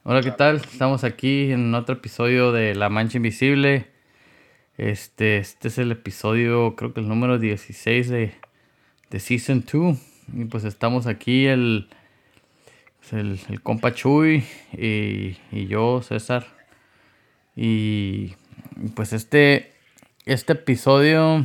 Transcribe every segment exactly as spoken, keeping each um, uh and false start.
Hola, ¿qué tal? Estamos aquí en otro episodio de La Mancha Invisible. Este, este es el episodio, creo que el número dieciséis de, de Season dos. Y pues estamos aquí el, pues, el, el compa Chuy y, y yo, César. Y y pues este, este episodio,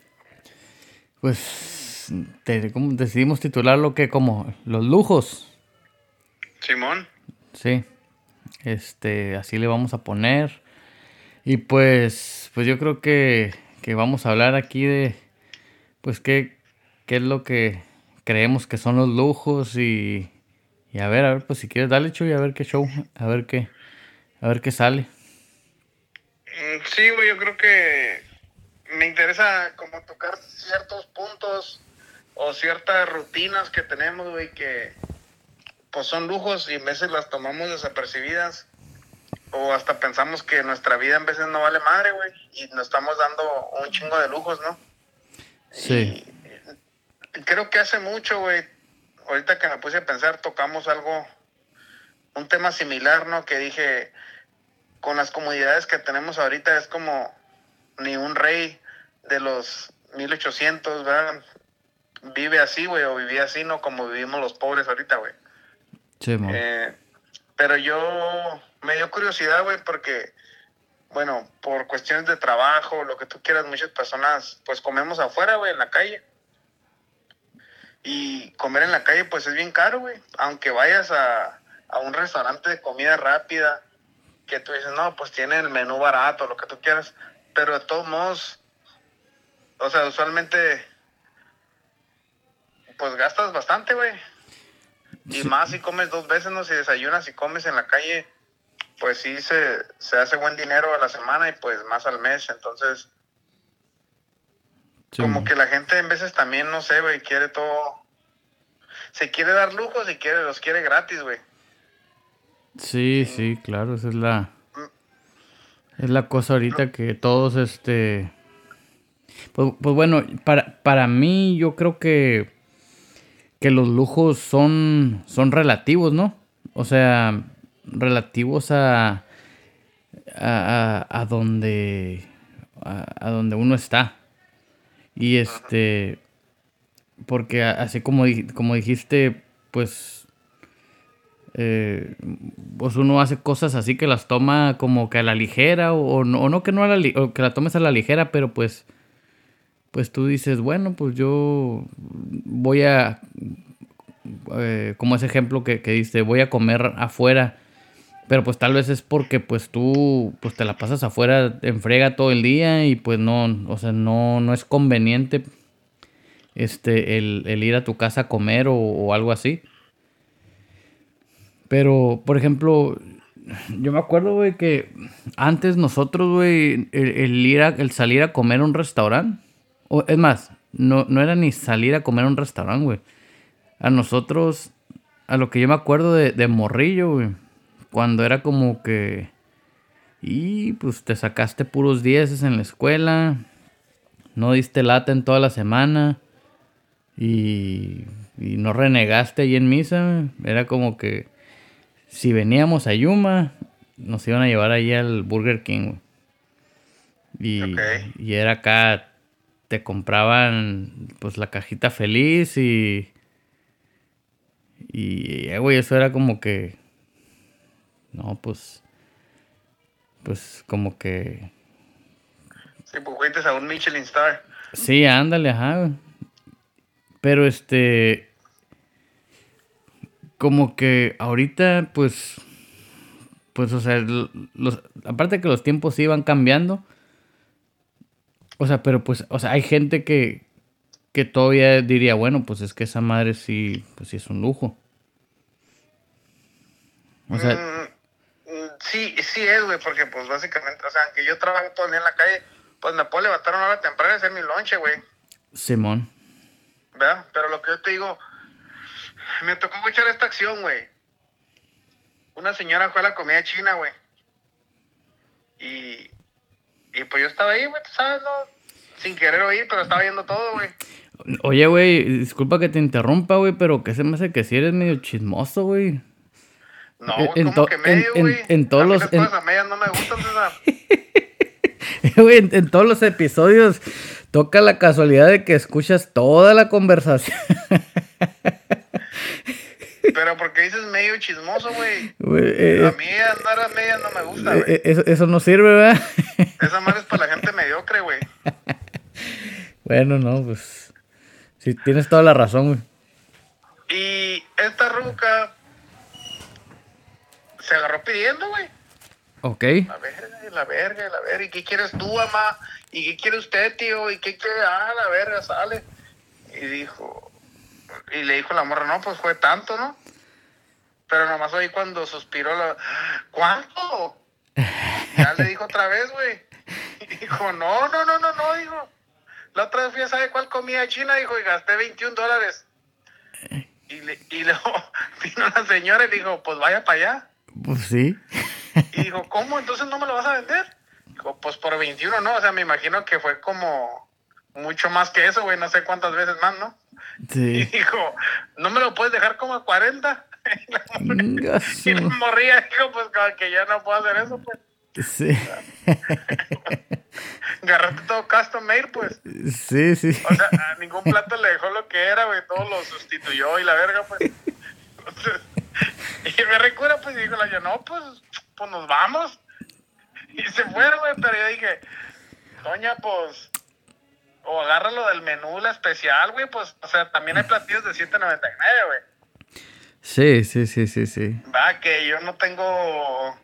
pues te- ¿cómo decidimos titularlo que como los lujos. Simón. Sí, este, así le vamos a poner. Y pues, pues yo creo que, que vamos a hablar aquí de, pues qué, qué es lo que creemos que son los lujos y, y a ver, a ver, pues si quieres dale Chuy, a ver qué show, a ver qué, a ver qué sale. Mm, Sí, güey, yo creo que me interesa como tocar ciertos puntos o ciertas rutinas que tenemos, güey, que pues son lujos y en veces las tomamos desapercibidas o hasta pensamos que nuestra vida en veces no vale madre, güey, y nos estamos dando un chingo de lujos, ¿no? Sí, Y creo que hace mucho, güey, ahorita que me puse a pensar, tocamos algo, un tema similar, ¿no? Que dije, con las comodidades que tenemos ahorita es como ni un rey de los mil ochocientos, ¿verdad? Vive así, güey, o vivía así, ¿no? Como vivimos los pobres ahorita, güey. sí, mon. Eh, pero yo me dio curiosidad, güey, porque, bueno, por cuestiones de trabajo, lo que tú quieras, muchas personas, pues comemos afuera, güey, en la calle. Y comer en la calle, pues es bien caro, güey. Aunque vayas a, a un restaurante de comida rápida, que tú dices, no, pues tiene el menú barato, lo que tú quieras. Pero de todos modos, o sea, usualmente pues gastas bastante, güey. Y Sí, más si comes dos veces, ¿no? Si desayunas y comes en la calle, pues sí se, se hace buen dinero a la semana y pues más al mes. Entonces, sí, como mon. que la gente en veces también, no sé, güey, quiere todo. Se quiere dar lujos y quiere, los quiere gratis, güey. Sí, Sin- sí, claro, esa es la, mm, es la cosa no, ahorita que todos, este, pues, pues bueno, para, para mí yo creo que, que los lujos son, son relativos, ¿no? O sea, relativos a, a, a, a donde a, a donde uno está. Y ujú. este, porque a- así como, di- como dijiste, pues, eh, pues uno hace cosas así que las toma como que a la ligera o, o no, o no que no a la li- o que la tomes a la ligera, pero pues, pues tú dices, bueno, pues yo voy a, eh, como ese ejemplo que, que diste, voy a comer afuera. Pero pues tal vez es porque pues tú pues te la pasas afuera en frega todo el día y pues no, o sea, no, no es conveniente este el, el ir a tu casa a comer o, o algo así. Pero, por ejemplo, yo me acuerdo, güey, que antes nosotros, güey, el, el ir a, el salir a comer a un restaurante, o es más, no, no era ni salir a comer a un restaurante, güey. A nosotros, a lo que yo me acuerdo de, de morrillo, güey, cuando era como que y pues te sacaste puros dieces en la escuela, no diste lata en toda la semana y, y no renegaste ahí en misa. Era como que si veníamos a Yuma, nos iban a llevar ahí al Burger King, güey. Ok. Y, y era acá, te compraban pues la cajita feliz y, y eh, güey, eso era como que, no, pues, pues como que, Sí, pues fuiste a un Michelin Star. sí, ándale, ajá, güey. Pero este, como que ahorita, pues, pues, o sea, l- los, aparte que los tiempos sí van cambiando, o sea, pero pues, o sea, hay gente que, que todavía diría, bueno, pues es que esa madre sí, pues sí es un lujo. O sea, Mm, mm, sí, sí es, güey, porque pues básicamente, o sea, aunque yo trabajo todo el día en la calle, pues me puedo levantar una hora temprana y hacer mi lonche, güey, Simón, ¿verdad? Pero lo que yo te digo, me tocó escuchar esta acción, güey. Una señora fue a la comida china, güey. Y, y pues yo estaba ahí, güey, tú sabes, ¿no? Sin querer oír, pero estaba viendo todo, güey. oye, güey, disculpa que te interrumpa, güey, pero que se me hace que si eres medio chismoso, güey. No, En, güey, en, ¿cómo to- que en, medio, en, güey? en A todos mí los... las En, cosas a medias no me gustan, César. güey, en, en todos los episodios toca la casualidad de que escuchas toda la conversación. Pero porque dices medio chismoso, güey. Güey, A eh, mí andar a medias no me gusta, eh, güey. eh, eso, eso no sirve, ¿verdad? Esa madre es para la gente mediocre, güey. Bueno, no, pues... Sí, tienes toda la razón, güey. Y esta ruca se agarró pidiendo, güey. Ok. La verga, y la verga, y la verga. ¿Y qué quieres tú, mamá? ¿Y qué quiere usted, tío? ¿Y qué quiere? Ah, la verga, sale. Y dijo... Y le dijo la morra, no, pues fue tanto, ¿no? Pero nomás oí cuando suspiró la... ¿Cuánto? Ya le dijo otra vez, güey. Y dijo, no, no, no, no, no, dijo. La otra vez fui a saber cuál comida china, dijo, y gasté veintiún dólares. Y, le, y luego vino la señora y dijo, pues vaya para allá. Pues sí. Y dijo, ¿cómo? ¿Entonces no me lo vas a vender? Dijo, pues por veintiuno, ¿no? O sea, me imagino que fue como mucho más que eso, güey, no sé cuántas veces más, ¿no? Y Sí. dijo, ¿no me lo puedes dejar como a cuarenta? Y la morría, Gaso. y la morría dijo, pues como que ya no puedo hacer eso, pues. Sí. Agarraste todo custom made, pues. Sí, sí. O sea, a ningún plato le dejó lo que era, güey, todo lo sustituyó y la verga, pues. Entonces, y me recuerda, pues, y dijo la yo, no, pues, pues nos vamos. Y se fueron, güey, pero yo dije, doña, pues, o agárralo del menú, la especial, güey, pues, o sea, también hay platillos de siete noventa y nueve, güey. Sí, sí, sí, sí, sí. Va, que yo no tengo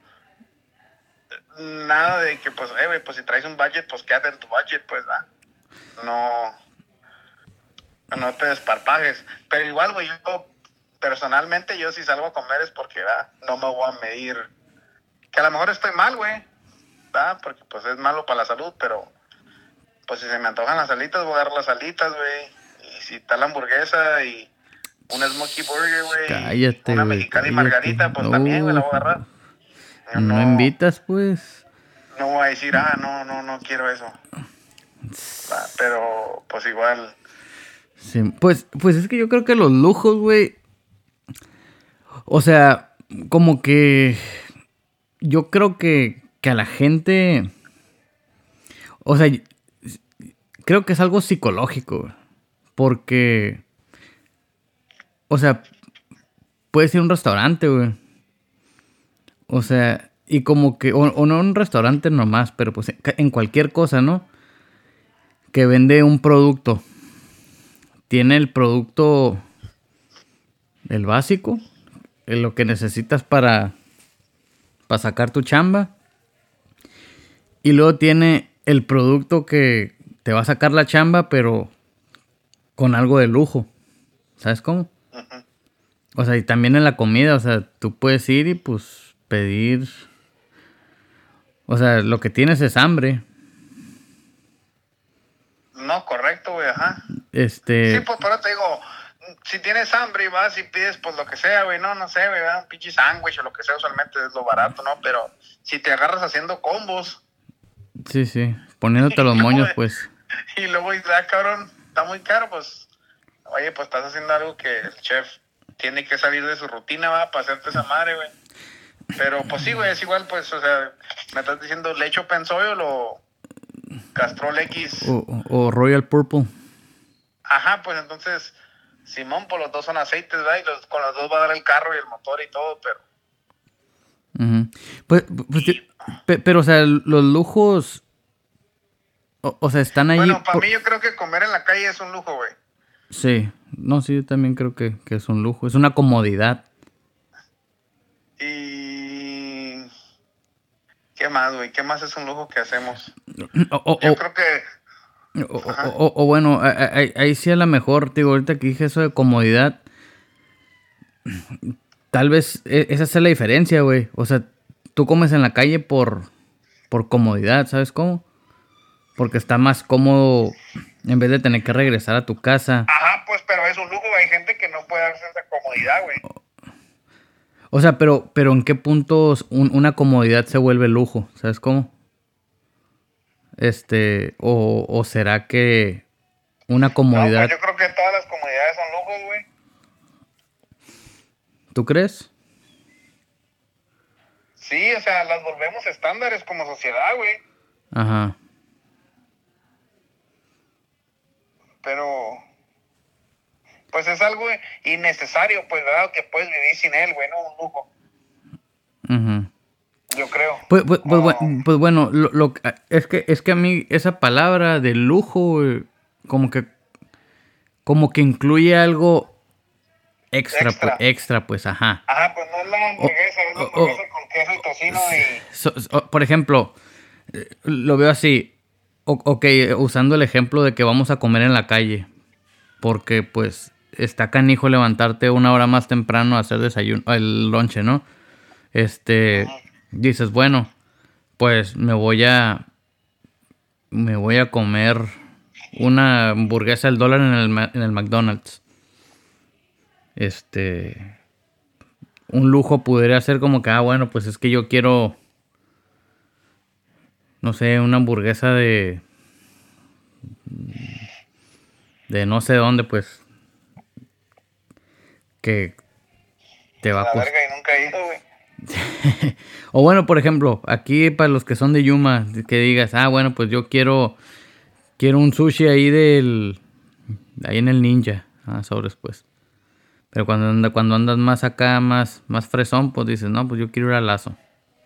nada de que, pues, eh, güey, pues si traes un budget, pues quédate en tu budget, pues, va. No, no te desparpajes. Pero igual, güey, yo personalmente, yo si salgo a comer es porque, va, no me voy a medir. Que a lo mejor estoy mal, güey, va, porque pues es malo para la salud, pero pues si se me antojan las alitas, voy a agarrar las alitas, güey. Y si está la hamburguesa y una Smoky Burger, güey, Cállate, una güey, mexicana y cállate. margarita, pues No. también, güey, la voy a agarrar. Yo No invitas, pues. No voy a decir, ah, no, no, no quiero eso. Va, pero, pues igual. Sí, pues, pues es que yo creo que los lujos, güey. O sea, como que. Yo creo que, que a la gente. O sea, creo que es algo psicológico, güey. Porque. O sea, puedes ir a un restaurante, güey. O sea, y como que. O, o no un restaurante nomás, pero pues en cualquier cosa, ¿no? Que vende un producto. Tiene el producto. El básico. Lo que necesitas para. Para sacar tu chamba. Y luego tiene el producto que te va a sacar la chamba, pero con algo de lujo. ¿Sabes cómo? Uh-huh. O sea, y también en la comida, o sea, tú puedes ir y pues pedir. O sea, lo que tienes es hambre. No, correcto, güey, ajá. Este. Sí, pues, pero te digo, si tienes hambre y vas y pides, pues lo que sea, güey, no, no sé, güey, un pinche sándwich o lo que sea, usualmente es lo barato, ¿no? Pero si te agarras haciendo combos. Sí, sí, poniéndote los moños, pues. Y luego dices, ah, cabrón, está muy caro, pues, oye, pues estás haciendo algo que el chef tiene que salir de su rutina, va, para hacerte esa madre, güey. Pero, pues sí, güey, es igual, pues, o sea, me estás diciendo, ¿le echo Pensoil o Castrol X? O, o Royal Purple. Ajá, pues entonces, Simón, pues los dos son aceites, ¿verdad? Y los, con los dos va a dar el carro y el motor y todo, pero... Uh-huh. Pues, pues y... pe, pero, o sea, los lujos... O, o sea, están ahí... Bueno, para por... mí yo creo que comer en la calle es un lujo, güey. Sí, no, sí, yo también creo que, que es un lujo, es una comodidad. Y... ¿Qué más, güey? ¿Qué más es un lujo que hacemos? O, o, yo o, creo que... O, o, o bueno, ahí, ahí sí a lo mejor, digo, ahorita que dije eso de comodidad, tal vez esa es la diferencia, güey. O sea, tú comes en la calle por, por comodidad, ¿sabes cómo? Porque está más cómodo en vez de tener que regresar a tu casa. Ajá, pues, pero es un lujo, hay gente que no puede darse esa comodidad, güey. O sea, pero, pero ¿en qué puntos un, una comodidad se vuelve lujo? ¿Sabes cómo? Este, o, o será que una comodidad... No, pues yo creo que todas las comodidades son lujos, güey. ¿Tú crees? Sí, o sea, las volvemos estándares como sociedad, güey. Ajá. Pero, pues es algo innecesario, pues, ¿verdad? Que puedes vivir sin él, güey, no un lujo. Uh-huh. Yo creo. Pues, pues, pues, Oh. bueno, pues bueno, lo, lo, es que es que a mí esa palabra de lujo, güey, como que como que incluye algo extra, Extra. pues, extra, pues, ajá. Ajá, pues no es la hamburguesa, es la O- hamburguesa o- con queso y tocino y... So- so- por ejemplo, eh, lo veo así. O- ok, usando el ejemplo de que vamos a comer en la calle. Porque, pues, está canijo levantarte una hora más temprano a hacer desayuno, el lonche, ¿no? Este, Ajá. dices, bueno, pues me voy a, me voy a comer una hamburguesa al dólar en el, ma- en el McDonald's. Este, un lujo podría ser como que, ah, bueno, pues es que yo quiero, no sé, una hamburguesa de, de no sé dónde, pues, que te va a La costar. verga y nunca he ido, güey. O bueno, por ejemplo, aquí para los que son de Yuma, que digas, ah, bueno, pues yo quiero, quiero un sushi ahí del, ahí en el Ninja, ah, sobres pues. Pero cuando anda, cuando andas más acá, más, más fresón, pues dices, no, pues yo quiero ir al Lazo.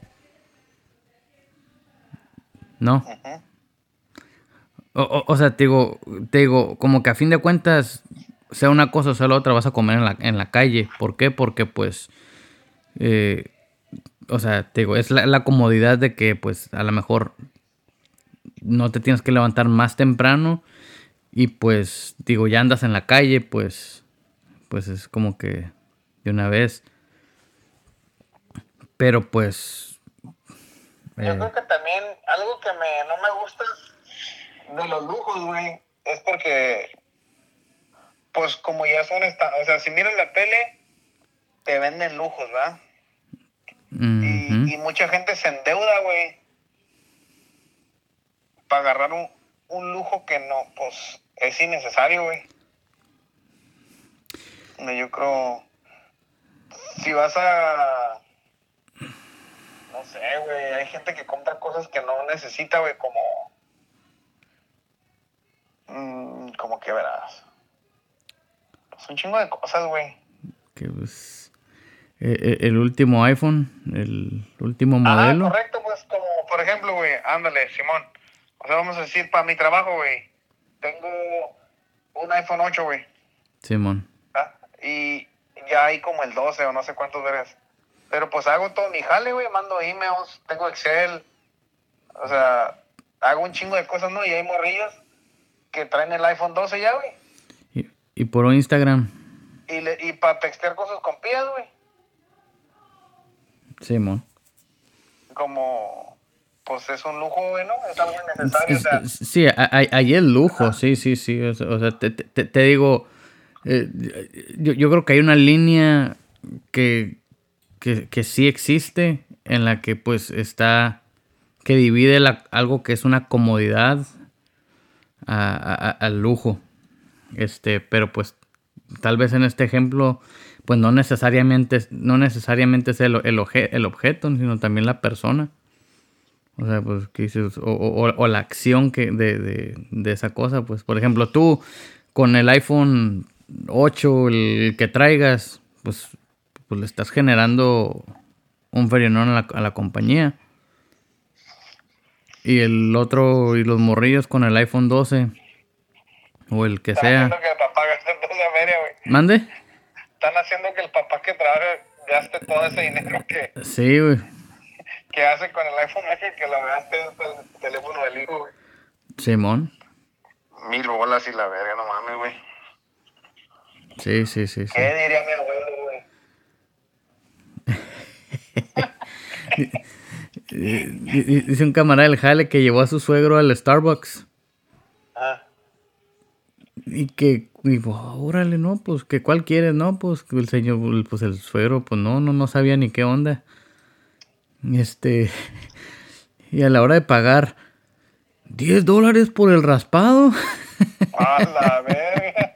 ¿No? Ajá. O, o, o sea, te digo, te digo, como que a fin de cuentas, sea una cosa o sea la otra, vas a comer en la, en la calle. ¿Por qué? Porque pues, eh, o sea, te digo, es la, la comodidad de que pues a lo mejor no te tienes que levantar más temprano y pues, digo, ya andas en la calle, pues, pues es como que de una vez. Pero pues, Yo eh, creo que también algo que me, no me gusta de los lujos, güey, es porque, pues como ya son, esta, o sea, si miras la tele, te venden lujos, ¿verdad? ujú. Y, y mucha gente se endeuda, güey, para agarrar un, un lujo que no, pues, es innecesario, güey. No, yo creo, si vas a, no sé, güey, hay gente que compra cosas que no necesita, güey, como, mm, como que verás. Pues un chingo de cosas, güey. Que pues, eh, eh, el último iPhone, el último Ajá, modelo. correcto, pues como, por ejemplo, güey, ándale, Simón. O sea, vamos a decir, para mi trabajo, güey, tengo un iPhone ocho, güey. Simón. ¿Ah? Y ya hay como el doce o no sé cuántos veres. Pero pues hago todo mi jale, güey, mando emails, tengo Excel. O sea, hago un chingo de cosas, ¿no? Y hay morrillos que traen el iPhone doce ya, güey. Y, y por Instagram. Y, le, y para textear cosas con pías, güey. Simón. Como, pues es un lujo, güey, ¿no? Es algo innecesario, o sea. Sí, ahí es lujo, sí, sí, sí. O sea, o sea, te, te, te digo, eh, yo, yo creo que hay una línea que, que, que sí existe en la que pues está, que divide la, algo que es una comodidad a- a- a- al lujo. Este, pero pues tal vez en este ejemplo, pues no necesariamente, no necesariamente es el, el, oje- el objeto, sino también la persona. O sea, pues, ¿qué dices? O, o, o la acción que de, de, de esa cosa, pues. Por ejemplo, tú con el iPhone ocho, el que traigas, pues, pues le estás generando un ferianón a la, a la compañía. Y el otro, y los morrillos con el iPhone doce, o el que Están sea. haciendo que el papá gaste toda esa feria, güey. ¿Mande? Están haciendo que el papá que trabaja gaste todo ese dinero que, Sí, güey. que hace con el iPhone X, que lo gaste en el teléfono del hijo, güey. Simón. Mil bolas y la verga, no mames, güey. Sí, sí, sí, sí. ¿Qué diría mi abuelo, güey? Eh, di- Dice un camarada del jale que llevó a su suegro al Starbucks. Ah, Y que, y, pues, órale, no, pues, que cuál quieres, no, pues, que el señor, pues, el suegro, pues, no, no, no sabía ni qué onda. Este, y a la hora de pagar, diez dólares por el raspado. a la verga.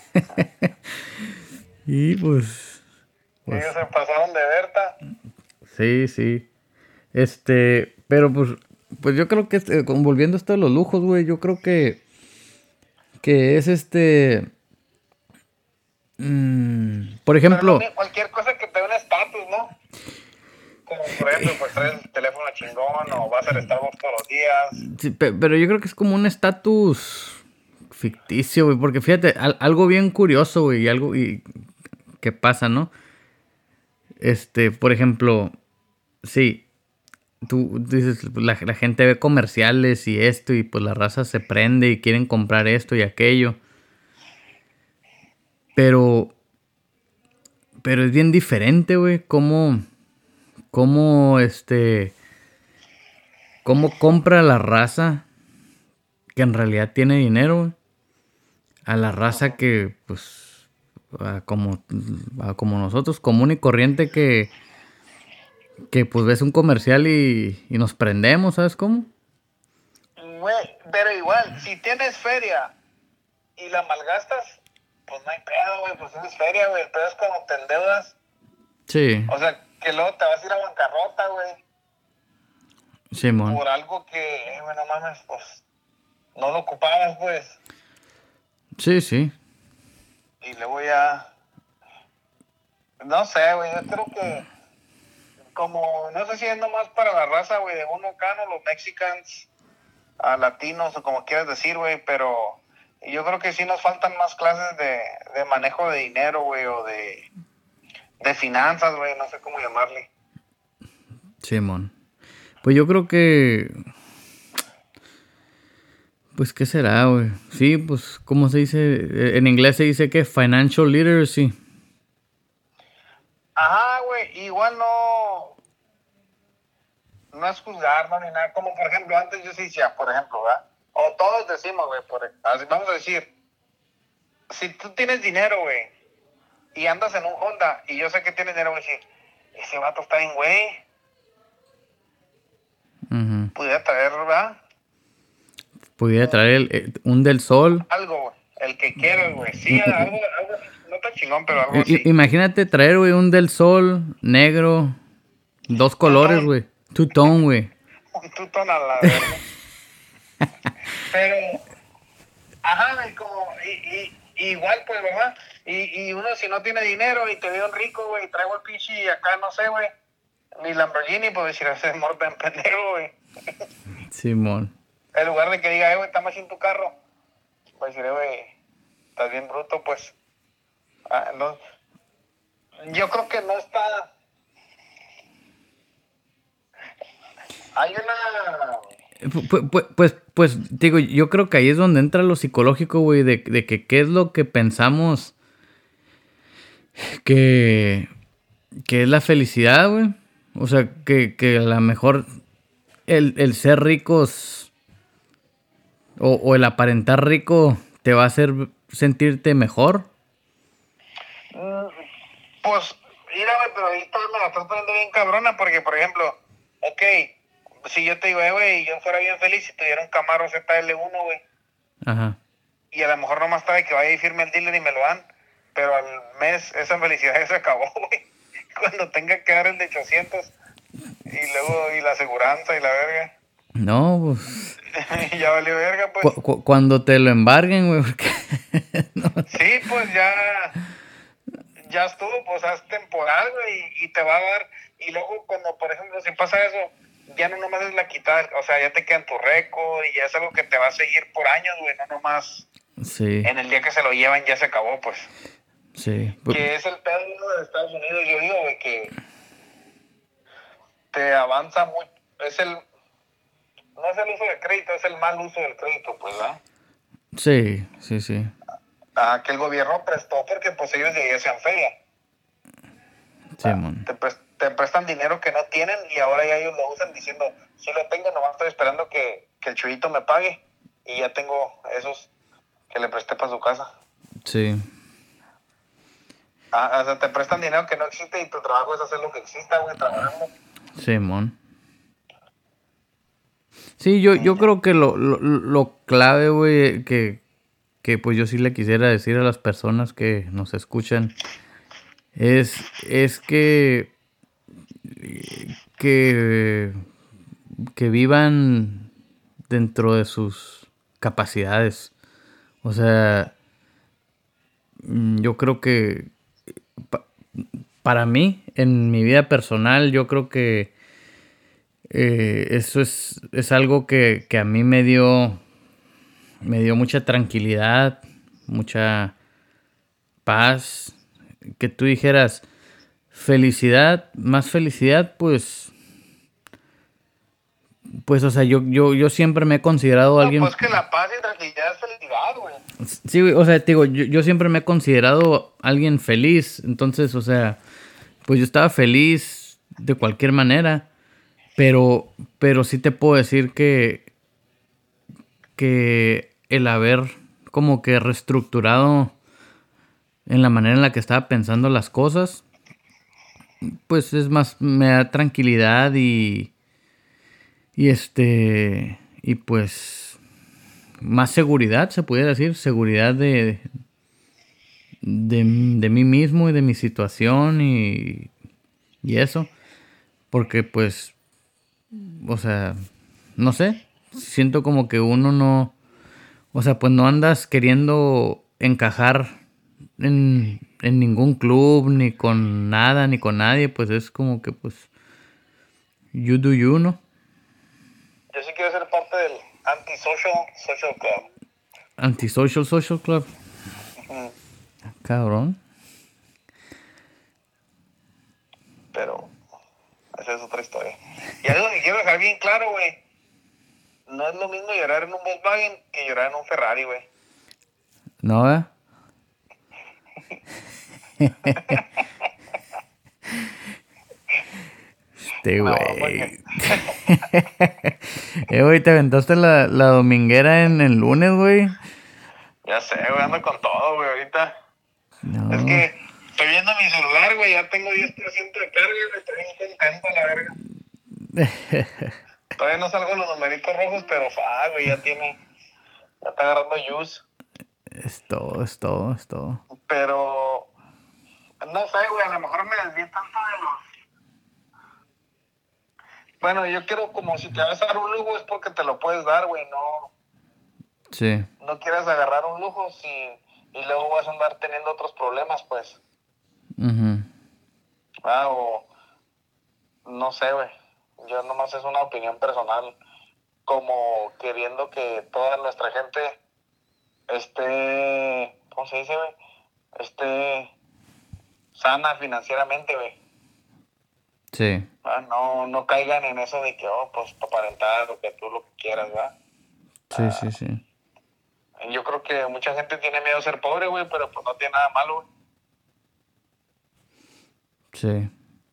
Y, pues, pues, Ellos se pasaron de Berta. Sí, sí. Este, pero pues, pues yo creo que, este, con- volviendo a esto de los lujos, güey, yo creo que, que es este, mm, por Pero lo ejemplo, mismo, cualquier cosa que te dé un estatus, ¿no? Como por ejemplo, pues traes el teléfono chingón o vas al Starbucks todos los días. sí, pe- pero yo creo que es como un estatus ficticio, güey, porque fíjate, al- algo bien curioso, güey, y algo y, que pasa, ¿no? Este, por ejemplo, sí, tú dices, la, la gente ve comerciales y esto, y pues la raza se prende y quieren comprar esto y aquello, pero, pero es bien diferente, güey, cómo, cómo, este, cómo compra la raza que en realidad tiene dinero, güey, a la raza Ujú. que, pues, a como, a como nosotros, común y corriente que, que pues ves un comercial y, y nos prendemos, ¿sabes cómo? Güey, pero igual, si tienes feria y la malgastas, pues no hay pedo, güey, pues tienes feria, güey. El pedo es cuando te endeudas. Sí, O sea, que luego te vas a ir a bancarrota, güey, Simón. por algo que, eh, güey, no mames, pues no lo ocupabas, pues. Sí, sí. Y luego ya, no sé, güey, yo creo que, como, no sé si es nomás para la raza, güey, de uno acá, ¿no? Los mexicans, a latinos, o como quieras decir, güey, pero yo creo que sí nos faltan más clases de, de manejo de dinero, güey, o de, de finanzas, güey, no sé cómo llamarle. Simón. Pues yo creo que... Pues, ¿qué será, güey? Sí, pues, ¿cómo se dice? Eh, En inglés se dice que financial literacy. Ajá, güey, igual no, no es juzgar, no, ni nada. Como por ejemplo, antes yo sí decía, por ejemplo, ¿verdad? O todos decimos, güey, por, así vamos a decir, si tú tienes dinero, güey, y andas en un Honda, y yo sé que tienes dinero, güey, decir, ese vato está bien, güey, Ujú. pudiera traer, ¿verdad? Pudiera Un, traer el- eh, un del sol. algo, güey, el que quieras, güey. Sí, Un- algo, un- algo, no tan chingón, pero algo i- i- así. imagínate traer, güey, un del sol negro. Dos colores, Tutón, güey. Two tone, güey. un tutón a la verga. Pero, ajá, güey, como, y, y, igual, pues, ¿verdad? Y, y uno, si no tiene dinero y te veo un rico, güey, traigo el pinche acá, no sé, güey, mi Lamborghini, pues decir, ese morro en pendejo, güey. Simón. En lugar de que diga, eh, güey, está más en tu carro, pues decir, güey, estás bien bruto, pues. Ah, no, yo creo que no está. Hay una. Pues, pues, pues, pues, digo, yo creo que ahí es donde entra lo psicológico, güey, de, de que qué es lo que pensamos que, que es la felicidad, güey. O sea, que, que a lo mejor el, el ser ricos o, o el aparentar rico te va a hacer sentirte mejor. mm, Pues, mira, güey, pero ahorita me la estás poniendo bien cabrona, porque, por ejemplo, ok, si yo te digo, eh, güey, yo fuera bien feliz si tuviera un Camaro Z L uno, güey, Ajá. y a lo mejor no más tarde que vaya y firme el dealer y me lo dan, pero al mes esa felicidad ya se acabó, güey. Cuando tenga que dar el de ochocientos y luego y la aseguranza y la verga, No, pues. y ya valió verga, pues. cu- cu- cuando te lo embarguen, güey. Porque no. Sí, pues ya, ya estuvo, pues haz temporal, güey, y, y te va a dar, y luego cuando, por ejemplo, si pasa eso, ya no nomás es la quitada, o sea, ya te queda en tu récord y ya es algo que te va a seguir por años, güey, no nomás Sí, en el día que se lo llevan ya se acabó, pues. sí. Pu- Que es el pedo de Estados Unidos, yo digo, güey, que te avanza muy, es el, no es el uso del crédito, es el mal uso del crédito, pues, ¿verdad? Sí, sí, sí. Ah, que el gobierno prestó porque pues ellos de ahí hacían feria. Sí, Ah, mon. te, pres- te prestan dinero que no tienen y ahora ya ellos lo usan diciendo, sí lo tengo, nomás estoy esperando que, que el chivito me pague y ya tengo esos que le presté para su casa. Sí. Ah, o sea, te prestan dinero que no existe y tu trabajo es hacer lo que exista, güey, trabajando. Sí, mon. Sí, yo, yo creo que lo, lo, lo clave, güey, que, que pues yo sí le quisiera decir a las personas que nos escuchan es, es que que, que vivan dentro de sus capacidades. O sea, yo creo que pa- para mí, en mi vida personal, yo creo que eh, eso es, es algo que, que a mí me dio, me dio mucha tranquilidad, mucha paz. Que tú dijeras, felicidad, más felicidad, pues, pues, o sea, yo, yo, yo siempre me he considerado No, alguien. pues que la paz y tranquilidad es felicidad, güey. Sí, güey, o sea, te digo, yo, yo siempre me he considerado alguien feliz. Entonces, o sea, pues yo estaba feliz de cualquier manera. Pero, pero sí te puedo decir que, que el haber como que reestructurado en la manera en la que estaba pensando las cosas, pues es más, me da tranquilidad y, y este, y pues más seguridad, se pudiera decir, seguridad de, de, de mí mismo y de mi situación y, y eso, porque pues, o sea, no sé, siento como que uno no, o sea, pues no andas queriendo encajar en, en ningún club, ni con nada, ni con nadie, pues es como que pues you do you, ¿no? Yo sí quiero ser parte del antisocial social club. Antisocial Social Club. Ujú. Cabrón. Pero esa es otra historia. Y algo que quiero dejar bien claro, güey. No es lo mismo llorar en un Volkswagen que llorar en un Ferrari, güey. ¿No, eh? Este, No, güey. porque... eh, güey, te aventaste la, la dominguera en el lunes, güey. Ya sé, güey, ando con todo, güey, ahorita. Es No. que estoy viendo mi celular, güey, ya tengo diez por ciento de carga, güey, estoy bien contento, la verga. Todavía no salgo los numeritos rojos, pero, ah, güey, ya tiene, ya está agarrando juice. Es todo, es todo, es todo. Pero, no sé, güey, a lo mejor me desvié tanto de los... Bueno, yo quiero como si te vas a dar un lujo es porque te lo puedes dar, güey, no, Sí. no quieras agarrar un lujo si, y luego vas a andar teniendo otros problemas, pues. Ujú. Ah, o no sé, güey. Yo nomás es una opinión personal, como queriendo que toda nuestra gente esté, ¿cómo se dice, güey? Esté sana financieramente, güey. Sí. Ah, no, no caigan en eso de que, oh, pues para aparentar o que tú lo que quieras, ¿verdad? Sí, sí, sí. Yo creo que mucha gente tiene miedo a ser pobre, güey, pero pues no tiene nada malo, güey. Sí.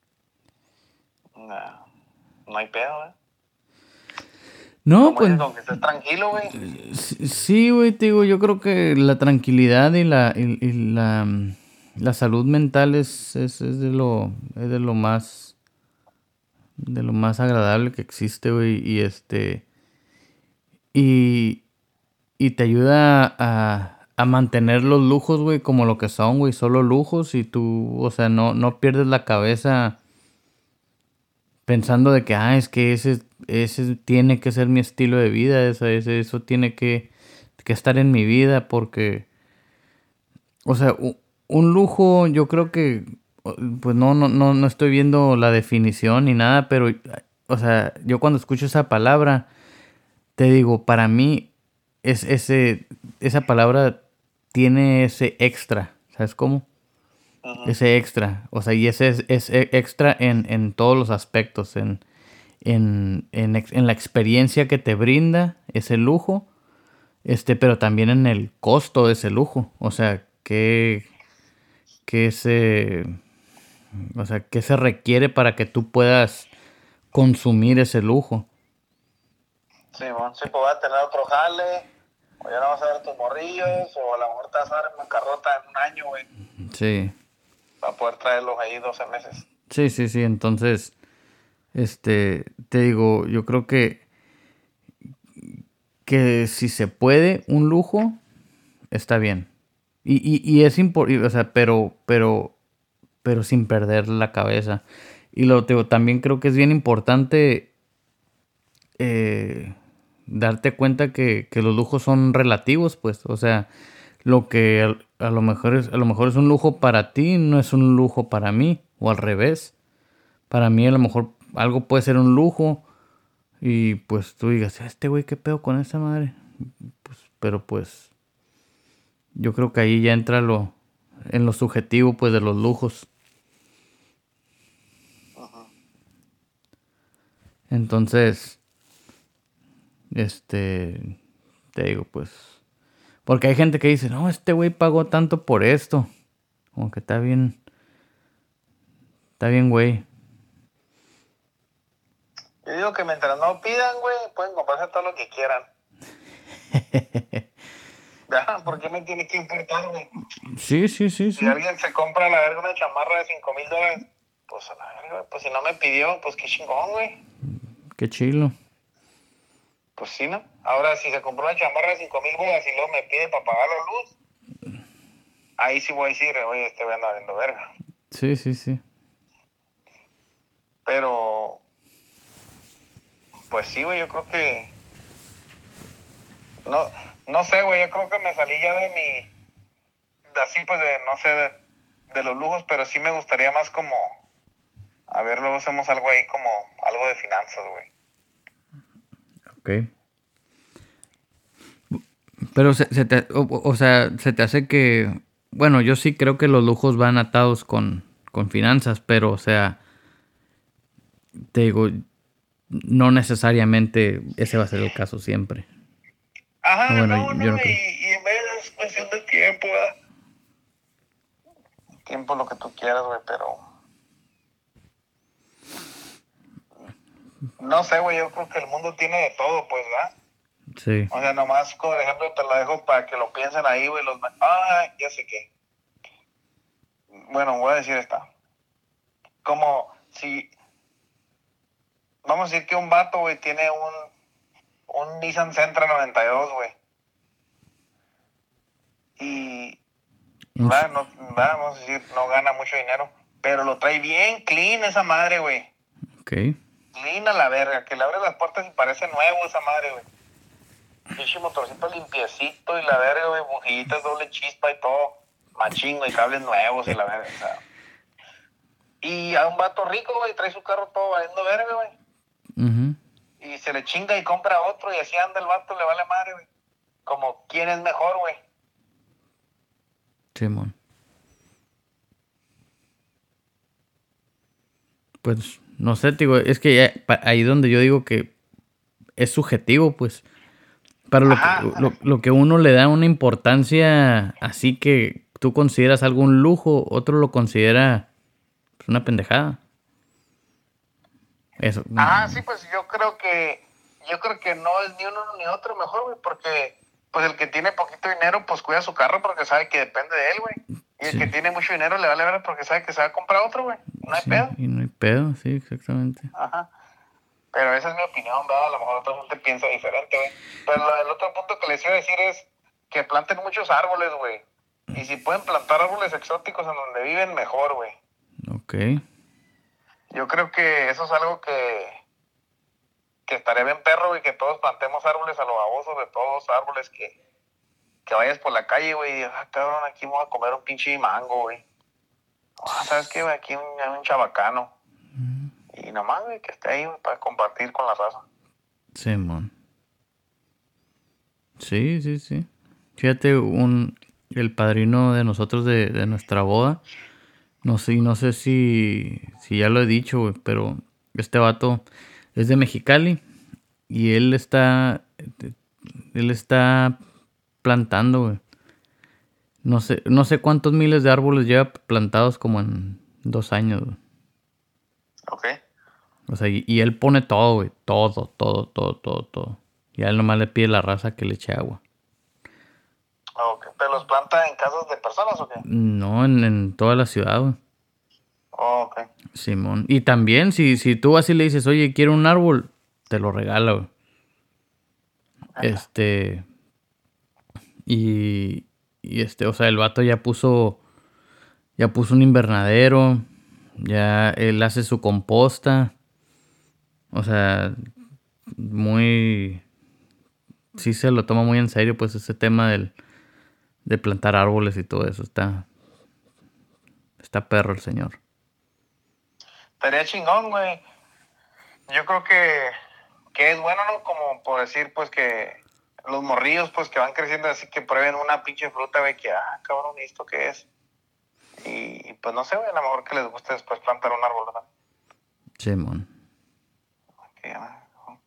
No, no hay pedo, güey. No, Como pues dices, aunque estés tranquilo, güey. sí, sí, güey, te digo, yo creo que la tranquilidad y la, y, y la, mm, la salud mental es, es, es de lo, es de lo más, de lo más agradable que existe, güey, y este, y, y te ayuda a, a mantener los lujos, güey, como lo que son, güey, solo lujos y tú, o sea, no, no pierdes la cabeza pensando de que, ah, es que ese, ese tiene que ser mi estilo de vida, eso, ese, eso tiene que, que estar en mi vida, porque, o sea, u- un lujo, yo creo que, o- pues no, no, no, no estoy viendo la definición ni nada, pero, o sea, yo cuando escucho esa palabra, te digo, para mí, es ese, esa palabra tiene ese extra, ¿sabes cómo? Uh-huh. Ese extra, o sea, y ese es, es e- extra en, en todos los aspectos, en, en, en, ex- en la experiencia que te brinda ese lujo, este, pero también en el costo de ese lujo, o sea, qué, qué se, o sea, qué se requiere para que tú puedas consumir ese lujo. Sí, bueno, sí, pues voy a tener otro jale, o ya no vas a ver tus morrillos, o a lo mejor te vas a dar en bancarrota en un año, güey, Sí, para poder traerlos ahí doce meses. sí, sí, sí, entonces, este, te digo, yo creo que, que si se puede un lujo, está bien. Y, y, y es importante, o sea, pero, pero, pero sin perder la cabeza. Y lo te digo, también creo que es bien importante eh, darte cuenta que, que los lujos son relativos, pues. O sea, lo que a, a lo mejor es, a lo mejor es un lujo para ti, no es un lujo para mí. O al revés. Para mí a lo mejor algo puede ser un lujo. Y pues tú digas, este güey, ¿qué pedo con esa madre? Pues, pero pues yo creo que ahí ya entra lo en lo subjetivo, pues, de los lujos. Ajá. Entonces, este, te digo, pues, porque hay gente que dice, no, este güey pagó tanto por esto. Como que está bien, está bien, güey. Yo digo que mientras no pidan, güey, pueden comprarse todo lo que quieran. ¿Verdad? ¿Por qué me tiene que importar, güey? Sí, sí, sí, Si sí. alguien se compra a la verga una chamarra de cinco mil dólares, pues a la verga, pues si no me pidió, pues qué chingón, güey. Qué chilo. Pues sí, ¿no? Ahora, si se compró una chamarra de cinco mil bolas y luego me pide para pagar la luz, ahí sí voy a decir, oye, este voy a andar viendo verga. Sí, sí, sí. Pero, pues sí, güey, yo creo que... No, no sé, güey, yo creo que me salí ya de mi... De así, pues, de, no sé, de, de los lujos, pero sí me gustaría más como... A ver, luego hacemos algo ahí como... Algo de finanzas, güey. Ok. Pero se, se te, o, o sea, se te hace que, bueno, yo sí creo que los lujos van atados con, con finanzas, pero, o sea, te digo, no necesariamente ese va a ser el caso siempre. O Ajá, bueno, no, yo no, no y, creo. y en vez es cuestión de tiempo, ¿verdad? Tiempo lo que tú quieras, güey, pero... No sé, güey, yo creo que el mundo tiene de todo, pues, ¿verdad? Sí. O sea, nomás, por ejemplo, te lo dejo para que lo piensen ahí, güey, los... Ah, ya sé qué. Bueno, voy a decir esta. Como si... Vamos a decir que un vato, güey, tiene un... Un Nissan Sentra noventa y dos, güey. Y... Un s- Va, no, va, vamos a decir, no gana mucho dinero. Pero lo trae bien clean esa madre, güey. ok. Clean a la verga, que le abre las puertas y parece nuevo esa madre, güey. Pinche motorcito limpiecito y la verga, güey, bujitas, doble chispa y todo. Machín, güey, cables nuevos y la verga, o sea. Y a un vato rico, güey, trae su carro todo valiendo verga, güey. Ujú. Y se le chinga y compra otro y así anda el vato, le vale madre, güey. Como, ¿quién es mejor, güey? Simón. Pues, no sé, te digo, es que ya, pa- ahí donde yo digo que es subjetivo, pues. Para lo que, Ajá, lo, lo que uno le da una importancia así que tú consideras algún lujo, otro lo considera pues, una pendejada. Eso. ajá, sí, pues yo creo que, yo creo que no es ni uno ni otro mejor, güey, porque, pues el que tiene poquito dinero, pues cuida su carro porque sabe que depende de él, güey. Y el Sí, que tiene mucho dinero le vale ver porque sabe que se va a comprar otro, güey. No hay sí, pedo. y no hay pedo, sí, exactamente. Ajá. Pero esa es mi opinión, ¿verdad? A lo mejor otra gente piensa diferente, güey. Pero lo- el otro punto que les iba a decir es que planten muchos árboles, güey. Y si pueden plantar árboles exóticos en donde viven, mejor, güey. Ok, Yo creo que eso es algo que, que estaría bien perro, güey, que todos plantemos árboles a lo baboso, de todos árboles que, que vayas por la calle, güey, y digas, ah, cabrón, aquí me voy a comer un pinche mango, güey. Ah, ¿sabes qué, güey? Aquí un- hay un chabacano. Y nomás, güey, que esté ahí, güey, para compartir con la raza. Simón. Sí, sí, sí. Fíjate, un, el padrino de nosotros de, de nuestra boda, no sé, no sé si, si ya lo he dicho, güey, pero este vato es de Mexicali y él está, él está plantando, güey. No sé, no sé cuántos miles de árboles lleva plantados como en dos años, güey. ¿Ok? O sea, y, y él pone todo, güey. Todo, todo, todo, todo, todo. Y a él nomás le pide la raza que le eche agua. Ok. ¿Pero los planta en casas de personas o qué? No, en, en toda la ciudad, güey. Oh, ok. Simón. Y también, si, si tú así le dices, oye, quiero un árbol, te lo regala, güey. Neta. Este. Y. Y este, o sea, el vato ya puso. Ya puso un invernadero. Ya él hace su composta. O sea, muy... Sí se lo toma muy en serio, pues, ese tema del, de plantar árboles y todo eso. Está, está perro el señor. Estaría chingón, güey. Yo creo que, que es bueno, ¿no? Como por decir, pues, que los morrillos, pues, que van creciendo así, que prueben una pinche fruta, güey, que, ah, cabrón, ¿y esto qué es? Y, pues, no sé, güey, a lo mejor que les guste después plantar un árbol, ¿verdad? Simón. Que, ah,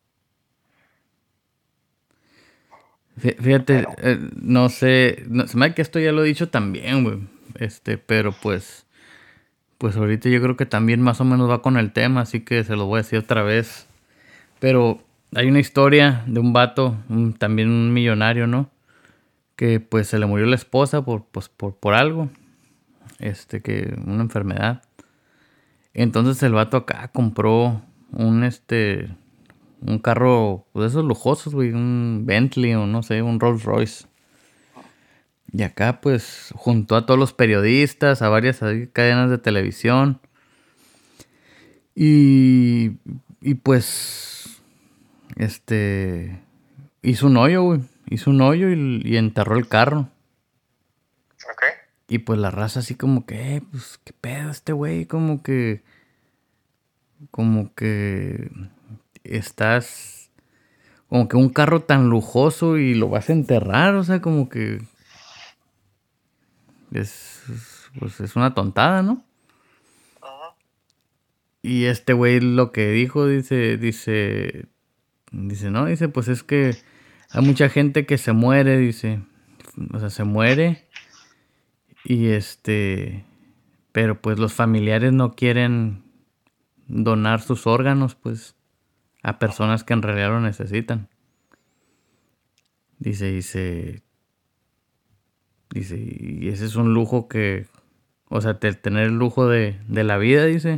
Fí- Fíjate, pero, eh, no sé, no, se me hace que esto ya lo he dicho también, güey. Este, pero pues, pues ahorita yo creo que también más o menos va con el tema, así que se lo voy a decir otra vez. Pero hay una historia de un vato, un- también un millonario, ¿no? Que pues se le murió la esposa por, pues, por, por algo, este, que una enfermedad. Entonces el vato acá compró un, este, un carro, pues de esos lujosos, güey, un Bentley o no sé, un Rolls Royce. Y acá pues juntó a todos los periodistas, a varias ahí cadenas de televisión. Y, y pues, este, hizo un hoyo, güey. Hizo un hoyo y, y enterró el carro. ok. Y pues la raza así como que, eh, pues, qué pedo este güey, como que, como que estás, como que un carro tan lujoso y lo vas a enterrar, o sea, como que es, es- pues es una tontada, ¿no? Ajá. Y este güey lo que dijo, dice, dice, dice, no, dice, pues es que hay mucha gente que se muere, dice, o sea, se muere y este, pero pues los familiares no quieren donar sus órganos, pues, a personas que en realidad lo necesitan. Dice, dice, dice, y ese es un lujo que, o sea, te- tener el lujo de, de la vida, dice,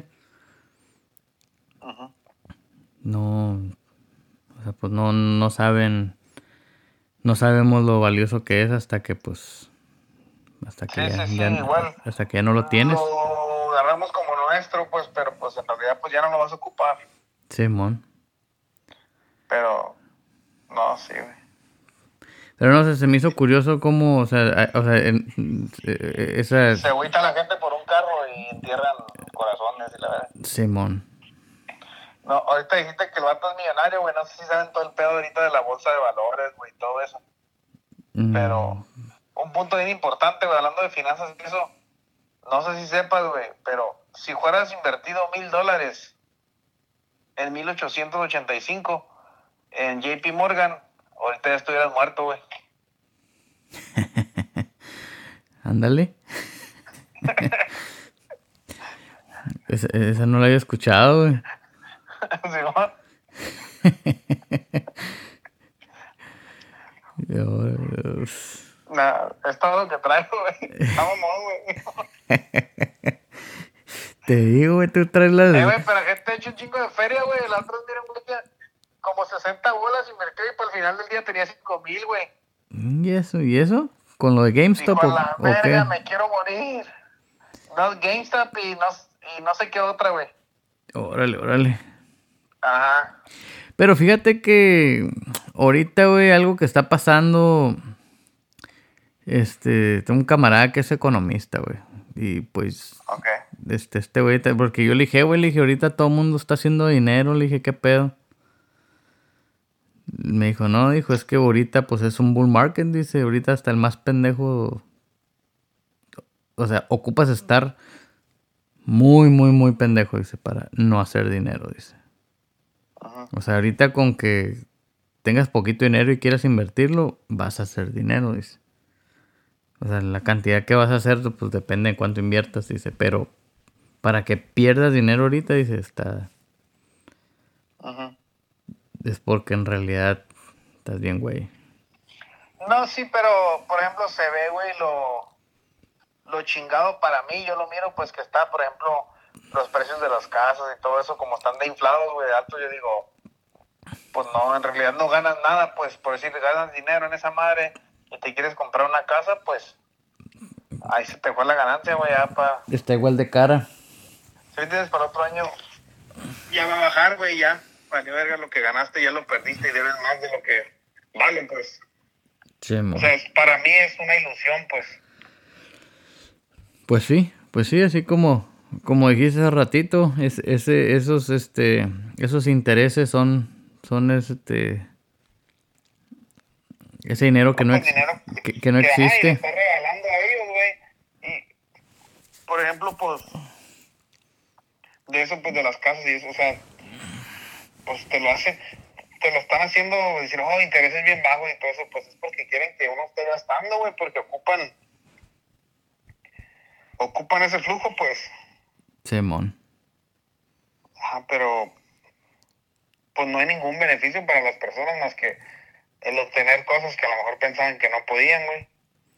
Ajá. no, o sea, pues no, no saben, no sabemos lo valioso que es hasta que, pues, hasta que Sí, ya, sí, sí, ya, igual hasta que ya no lo tienes. lo agarramos como nuestro, pues, pero pues en realidad pues ya no lo vas a ocupar. Simón. Pero, no, sí, güey. Pero no sé, se me hizo curioso cómo, o sea, a- o sea, en- eh, esa, Se agüita la gente por un carro y entierran corazones y la verdad. Simón. No, ahorita dijiste que el vato es millonario, güey. No sé si saben todo el pedo ahorita de la bolsa de valores, güey, todo eso. Mm, Pero un punto bien importante, güey, hablando de finanzas, eso, no sé si sepas, güey, pero si fueras invertido mil dólares en mil ochocientos ochenta y cinco en J P Morgan, ahorita ya estuvieras muerto, güey. ándale. Esa, esa no la había escuchado, güey. ¿Sí, no? Dios. Nah, es todo lo que traigo, güey. Vamos, güey. Te digo, güey, tú traes Eh, las... güey, pero gente ha hecho un chingo de feria, güey. La otra vez, un güey, como sesenta bolas invertido y para el final del día tenía cinco mil, güey. ¿Y eso? ¿Y eso? ¿Con lo de Dijo, GameStop a o, la o qué? verga, me quiero morir. No, GameStop y no, y no sé qué otra, güey. Órale, órale. Ajá. Pero fíjate que ahorita, güey, algo que está pasando... Este, tengo un camarada que es economista, güey. Y pues, Ok. este, este güey, te- porque yo le dije, güey, le dije, ahorita todo el mundo está haciendo dinero, le dije, ¿qué pedo? Me dijo, no, dijo, es que ahorita pues es un bull market, dice, ahorita hasta el más pendejo, o sea, ocupas estar muy, muy, muy pendejo, dice, para no hacer dinero, dice. Ajá. O sea, ahorita con que tengas poquito dinero y quieras invertirlo, vas a hacer dinero, dice. O sea, la cantidad que vas a hacer, pues depende de cuánto inviertas, dice, pero para que pierdas dinero ahorita, dice, está, Ajá. es porque en realidad estás bien, güey. No, sí, pero, por ejemplo, se ve, güey, lo, lo chingado para mí. Yo lo miro, pues, que está, por ejemplo, los precios de las casas y todo eso, como están de inflados, güey, de alto. Yo digo, pues no, en realidad no ganas nada, pues, por decir, ganas dinero en esa madre y te quieres comprar una casa, pues, ahí se te fue la ganancia, güey, ya pa... Está igual de cara. Si tienes para otro año, ya va a bajar, güey, ya. Vale, verga, lo que ganaste ya lo perdiste y debes más de lo que vale, pues. Sí, o sea, es, para mí es una ilusión, pues. Pues sí, pues sí, así como, como dijiste hace ratito, es, ese, esos, este, esos intereses son, son este, ese dinero que No, no, pues ex, dinero que, que no que, ajá, y le existe. estás regalando a ellos, güey. Y, por ejemplo, pues, de eso, pues, de las casas y eso, o sea, pues te lo hacen, te lo están haciendo, decir, oh, intereses bien bajos y todo eso, pues es porque quieren que uno esté gastando, güey, porque ocupan, ocupan ese flujo, pues. Simón. Ajá, pero, pues no hay ningún beneficio para las personas más que el obtener cosas que a lo mejor pensaban que no podían, güey.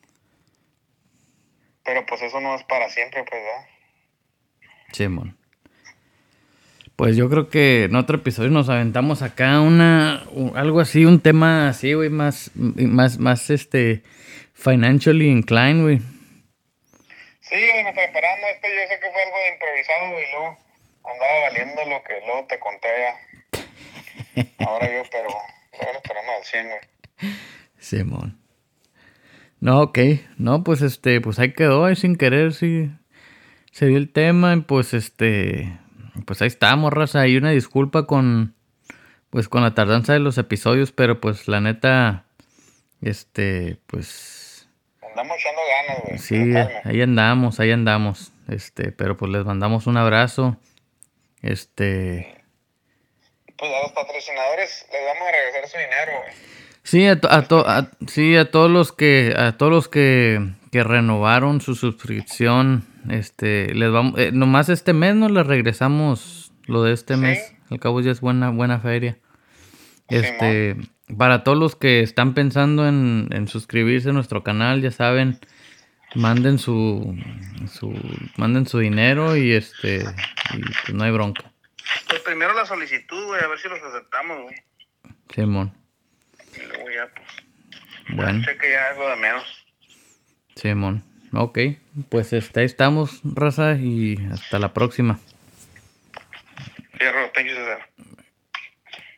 Pero pues eso no es para siempre, pues, ¿verdad? Simón. Pues yo creo que en otro episodio nos aventamos acá una, u- algo así, un tema así, güey, más, más, más, este, financially inclined, güey. Sí, güey, nos preparamos esto, yo sé que fue algo de improvisado, güey, y luego andaba valiendo lo que luego te conté ya. Ahora yo, pero luego lo esperamos al cien, güey. Simón. No, ok. No, pues este, pues ahí quedó, ahí sin querer, sí. Se dio el tema, y pues este, pues ahí estamos, raza. Hay una disculpa con, pues con la tardanza de los episodios, pero pues la neta, este, pues Andamos echando ganas, güey, con sí, calma. ahí andamos, ahí andamos. Este, pero pues les mandamos un abrazo. Este, Pues a los patrocinadores les vamos a regresar su dinero, güey. sí, a, to- a Este to- mes. a- sí, a todos los que, a todos los que, que renovaron su suscripción, este, les vamos, eh, nomás este mes no les regresamos lo de este mes. Sí, Al cabo ya es buena, buena feria. Simón. Este, para todos los que están pensando en, en suscribirse a nuestro canal, ya saben, manden su, su, manden su dinero y este, y pues no hay bronca. Pues primero la solicitud, güey, a ver si los aceptamos, güey. Simón. Y luego ya, pues, Bueno, cheque ya es lo de menos. Simón. Ok, pues este, ahí estamos, raza, y hasta la próxima. Fierro, thank you, César.